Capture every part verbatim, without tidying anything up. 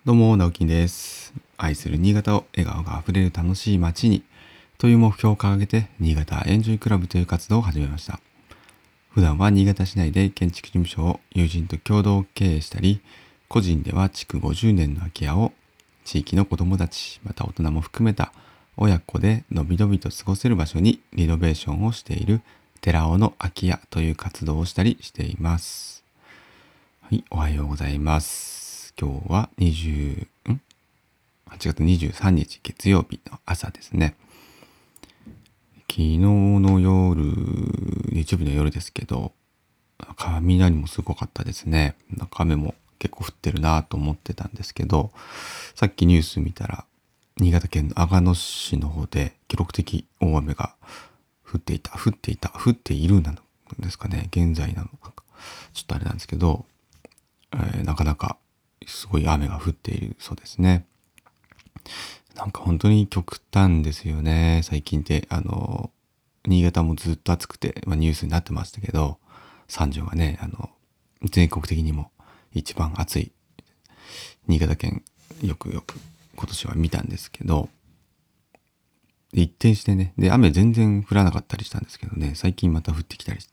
どうも、直樹です。愛する新潟を笑顔があふれる楽しい街にという目標を掲げて、新潟エンジョイクラブという活動を始めました。普段は新潟市内で建築事務所を友人と共同経営したり、個人では築ごじゅうねんの空き家を地域の子どもたち、また大人も含めた親子でのびのびと過ごせる場所にリノベーションをしている寺尾の空き家という活動をしたりしています。はい、おはようございます。今日はにじゅう、んはちがつにじゅうさんにち月曜日の朝ですね。昨日の夜、日曜日の夜ですけど、雷もすごかったですね。なんか雨も結構降ってるなと思ってたんですけど、さっきニュース見たら、新潟県の阿賀野市の方で記録的大雨が降っていた、降っていた、降っているなのですかね。現在なのか、ちょっとあれなんですけど、えーなかなかすごい雨が降っているそうですね。なんか本当に極端ですよね。最近って、あの、新潟もずっと暑くて、まあ、ニュースになってましたけど、三条がね、あの、全国的にも一番暑い新潟県、よくよく今年は見たんですけど、で一転してね、で、雨全然降らなかったりしたんですけどね、最近また降ってきたりして、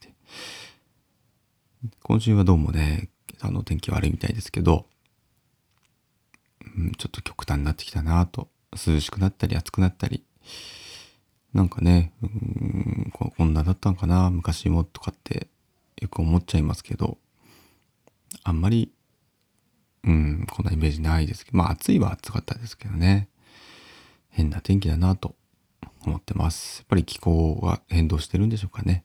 今週はどうもね、あの、天気悪いみたいですけど、うん、ちょっと極端になってきたなと、涼しくなったり暑くなったり、なんかね、うーん、ここんなだったんかな、昔もとかってよく思っちゃいますけど、あんまり、うん、こんなイメージないですけど、まあ暑いは暑かったですけどね、変な天気だなと思ってます。やっぱり気候が変動してるんでしょうかね。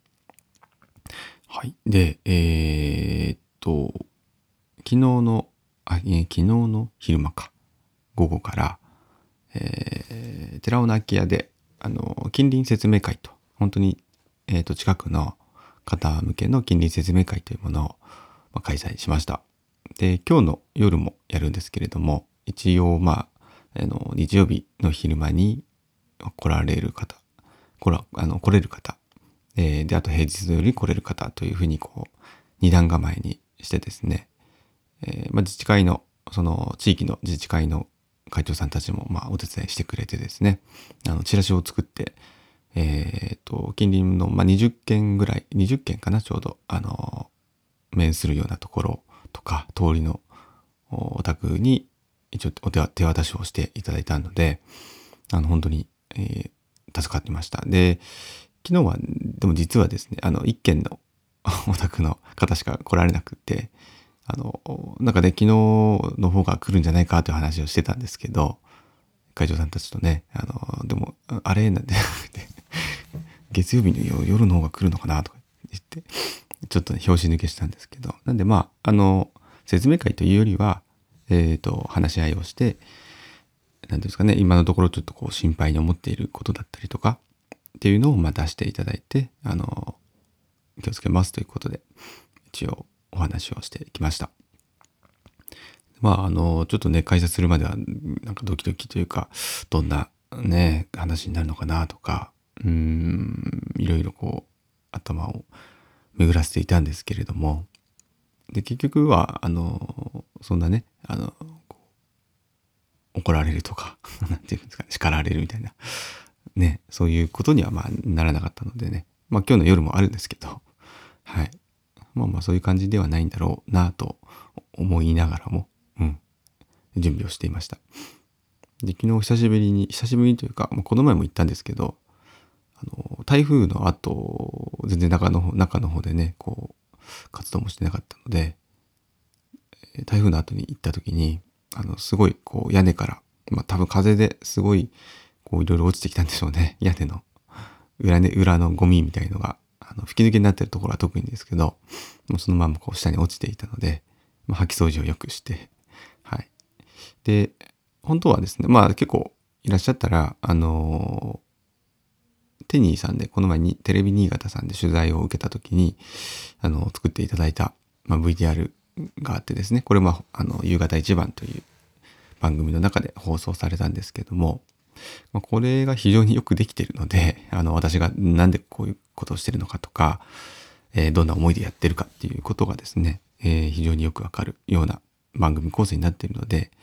はい。で、えーっと、昨日の、あ、えー昨日の昼間か、午後から、えー寺尾の空き家で、あの、近隣説明会と、本当に、えーっと、近くの方向けの近隣説明会というものを、まあ、開催しました。で、今日の夜もやるんですけれども、一応、まあ、あの、日曜日の昼間に来られる方、来ら、あの、来れる方、えーで、あと平日より来れる方というふうに、こう、二段構えにしてですね、えーまあ、自治会の、その地域の自治会の会長さんたちも、まあ、お手伝いしてくれてですね、あの、チラシを作って、えーと、近隣の、まあ、にじゅっけんぐらい、にじゅっけんかな、ちょうど、あの、面するようなところとか、通りのお宅に、一応お手手渡しをしていただいたので、あの、本当に、えー助かってました。で、昨日は、でも実はですね、あの、一軒のお宅の方しか来られなくて、あの、なんかね、昨日の方が来るんじゃないかという話をしてたんですけど、会長さんたちとね、あの、でも、あれなんて月曜日の夜の方が来るのかなとか言って、ちょっとね、拍子抜けしたんですけど、なんでまあ、あの、説明会というよりは、えっと、話し合いをして、なんですかね、今のところちょっとこう心配に思っていることだったりとか、っていうのをまあ出していただいて、あの、気をつけますということで、一応お話をしてきました。まあ、あの、ちょっとね、解説するまでは、なんかドキドキというか、どんなね、話になるのかなとか、うーん、いろいろこう、頭を巡らせていたんですけれども、で、結局は、あの、そんなね、あの、こう怒られるとか、なんていうんですかね、叱られるみたいな、ね、そういうことにはまあならなかったのでね、まあ今日の夜もあるんですけど、はい。まあまあそういう感じではないんだろうなと思いながらも、うん、準備をしていました。で、昨日久しぶりに、久しぶりにというか、まあ、この前も行ったんですけど、あの、台風の後、全然中の方、中の方でね、こう、活動もしてなかったので、台風の後に行った時に、あの、すごい、こう、屋根から、まあ、多分風ですごい、こう、いろいろ落ちてきたんでしょうね。屋根の裏ね、裏のゴミみたいのが、あの、吹き抜けになってるところは特にですけど、もうそのままこう、下に落ちていたので、まあ、掃き掃除をよくして、はい。で、本当はですね、まあ、結構いらっしゃったら、あのテニーさんで、この前にテレビ新潟さんで取材を受けた時に、あの、作っていただいた、まあ、ブイティーアール があってですね、これも、あの、夕方一番という番組の中で放送されたんですけども、まあ、これが非常によくできているので、あの、私がなんでこういうことをしてるのかとか、えーどんな思いでやってるかっていうことがですね、えー非常によくわかるような番組構成になっているので、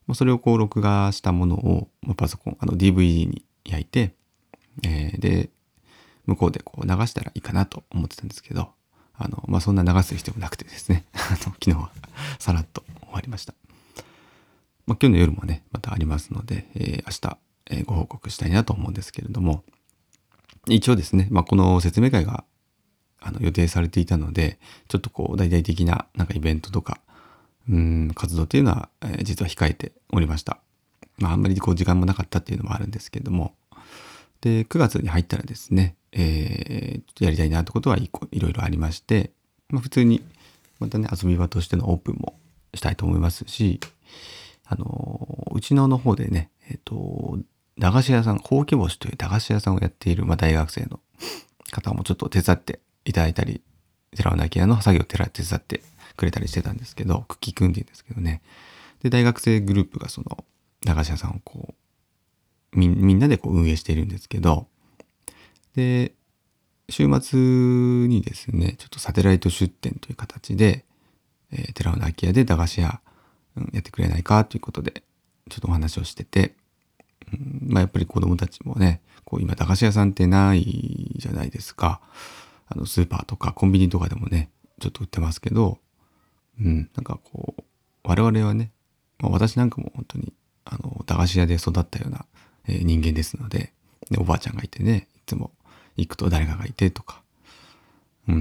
まあ、それをこう録画したものを、まあ、パソコン、あの ディーブイディー に焼いて、えーで、向こうでこう流したらいいかなと思ってたんですけど、あの、まあ、そんな流す必要もなくてですね、あの昨日はさらっと終わりました。まあ、今日の夜もね、またありますので、えー明日、えーご報告したいなと思うんですけれども、一応ですね、まあ、この説明会があの予定されていたので、ちょっとこう大々的ななんかイベントとか、うーん、活動っていうのは、えー実は控えておりました。まあ、あんまりこう時間もなかったっていうのもあるんですけれども、で、くがつに入ったらですね、えー、ちょっとやりたいなってことはいこいろいろありまして、まあ、普通にまたね、遊び場としてのオープンもしたいと思いますし、あのーうちのの方でね、えっ、と、駄菓子屋さん、ほうき星という駄菓子屋さんをやっている、まあ、大学生の方もちょっと手伝っていただいたり、寺尾明の作業を手伝ってくれたりしてたんですけど、クッキー組んでるんですけどね。で、大学生グループがその駄菓子屋さんをこう、みみんなでこう運営しているんですけど、で、週末にですね、ちょっとサテライト出店という形で、えー、寺尾の空き家で駄菓子屋、うん、やってくれないかということで、ちょっとお話をしてて、うん、まあやっぱり子供たちもね、こう今駄菓子屋さんってないじゃないですか。あのスーパーとかコンビニとかでもね、ちょっと売ってますけど、うん、なんかこう、我々はね、まあ、私なんかも本当に、あの、駄菓子屋で育ったような、えー人間ですので、で、おばあちゃんがいてね、いつも行くと誰かがいてとか、うん、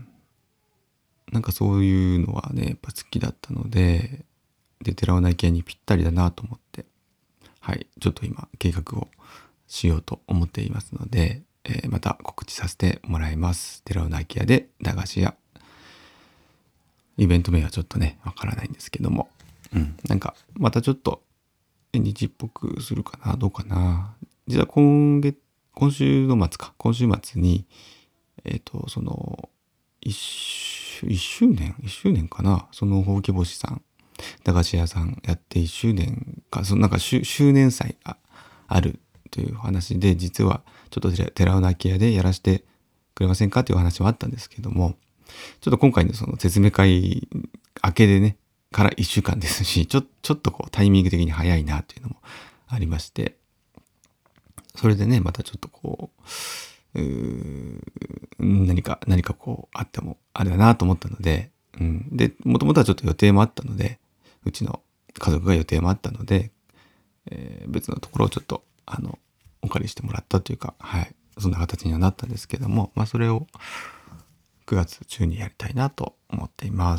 なんかそういうのはね、やっぱ好きだったので、で、寺尾内家にぴったりだなと思って、はい、ちょっと今計画をしようと思っていますので、えーまた告知させてもらいます。寺尾内家で駄菓子屋。イベント名はちょっとね、わからないんですけども、うん、なんかまたちょっと縁日っぽくするかな、どうかな。実は今月、今週の末か、今週末に、えっ、と、その、一周、一周年一周年かな、そのほうき星さん、駄菓子屋さんやって一周年か、そのなんか周周年祭があるという話で、実はちょっと寺寺尾の空き家でやらせてくれませんかという話はあったんですけども、ちょっと今回のその説明会明けでね、からいっしゅうかんですし、ちょ、ちょっとこうタイミング的に早いなというのもありまして、それでね、またちょっとこう、うー何か、何かこうあってもあれだなと思ったので、うん。で、もともとはちょっと予定もあったので、うちの家族が予定もあったので、えー別のところをちょっと、あの、お借りしてもらったというか、はい。そんな形にはなったんですけども、まあそれをくがつ中にやりたいなと思っています。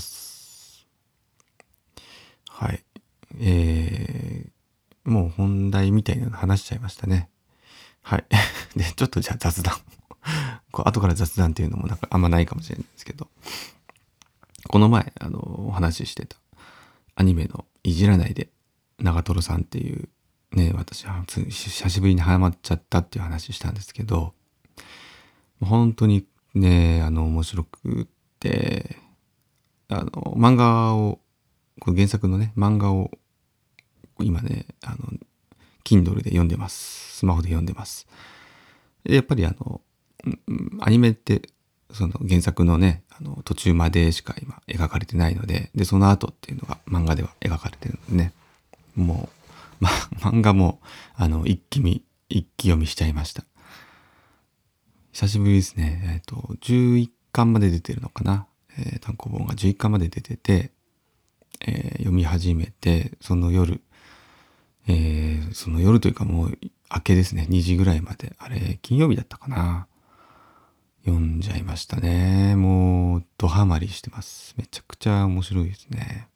はい。えー、もう本題みたいなの話しちゃいましたね。はい。で、ちょっとじゃあ雑談。こう後から雑談っていうのもなんかあんまないかもしれないんですけど、この前、あの、お話ししてたアニメのいじらないで長瀞さんっていう、ね、私は久しぶりにハマっちゃったっていう話したんですけど、本当にね、あの、面白くって、あの、漫画を、この原作のね、漫画を今ね、あの、Kindle で読んでます。スマホで読んでます。でやっぱりあの、うんアニメって、その原作のね、あの、途中までしか今描かれてないので、で、その後っていうのが漫画では描かれてるのでね、もう、ま、漫画も、あの、一気見、一気読みしちゃいました。久しぶりですね。えっと、じゅういっかんまで出てるのかな。えー単行本がじゅういっかんまで出てて、えー読み始めて、その夜、えーその夜というかもう明けですね。にじぐらいまで。あれ、金曜日だったかな。読んじゃいましたね。もう、ドハマりしてます。めちゃくちゃ面白いですね。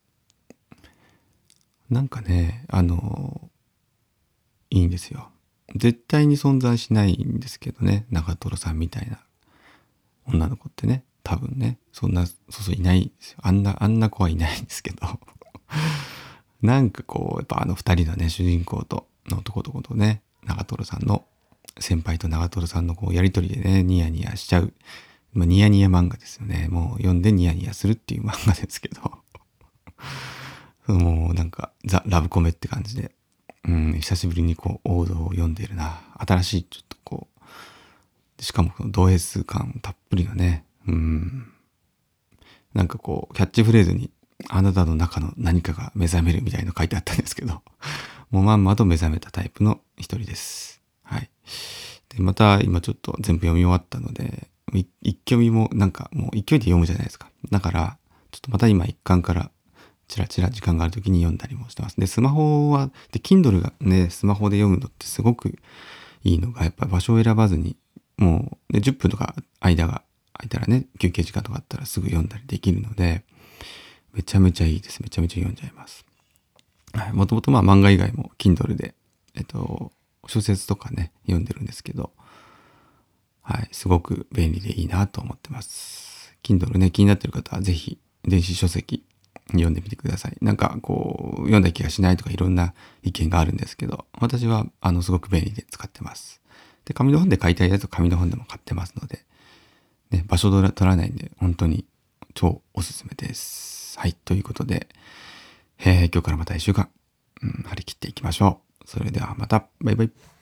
なんかね、あの、いいんですよ。絶対に存在しないんですけどね。長瀞さんみたいな女の子ってね。多分ね。そんな、そうそういないんですよ。あんな、あんな子はいないんですけど。なんかこう、やっぱあの二人のね、主人公と、の男と子とね、長瀞さんの、先輩と長瀞さんのこうやりとりでね、ニヤニヤしちゃう。まあ、ニヤニヤ漫画ですよね。もう読んでニヤニヤするっていう漫画ですけど。もうなんかザ・ラブコメって感じで。うん、久しぶりにこう王道を読んでいるな。新しいちょっとこう、しかもこのド S 感たっぷりのね、うん、なんかこうキャッチフレーズにあなたの中の何かが目覚めるみたいなの書いてあったんですけど、もうまんまと目覚めたタイプの一人です。はい。で、また今ちょっと全部読み終わったので、い一挙見もなんかもう勢いで読むじゃないですか。だから、ちょっとまた今一巻からチラチラ時間がある時に読んだりもしてます。で、スマホは、で、Kindle がね、スマホで読むのってすごくいいのが、やっぱ場所を選ばずに、もう、ね、じゅっぷんとか間が空いたらね、休憩時間とかあったらすぐ読んだりできるので、めちゃめちゃいいです。めちゃめちゃ読んじゃいます。はい。もともとまあ漫画以外も Kindle で、えっと、小説とかね、読んでるんですけど、はい。すごく便利でいいなと思ってます。Kindle ね、気になってる方はぜひ電子書籍読んでみてください。なんかこう、読んだ気がしないとかいろんな意見があるんですけど、私はあの、すごく便利で使ってます。で、紙の本で買いたいやつと紙の本でも買ってますので、ね、場所取ら取らないんで、本当に超おすすめです。はい。ということで、えー今日からまた一週間、うん、張り切っていきましょう。それではまた、バイバイ。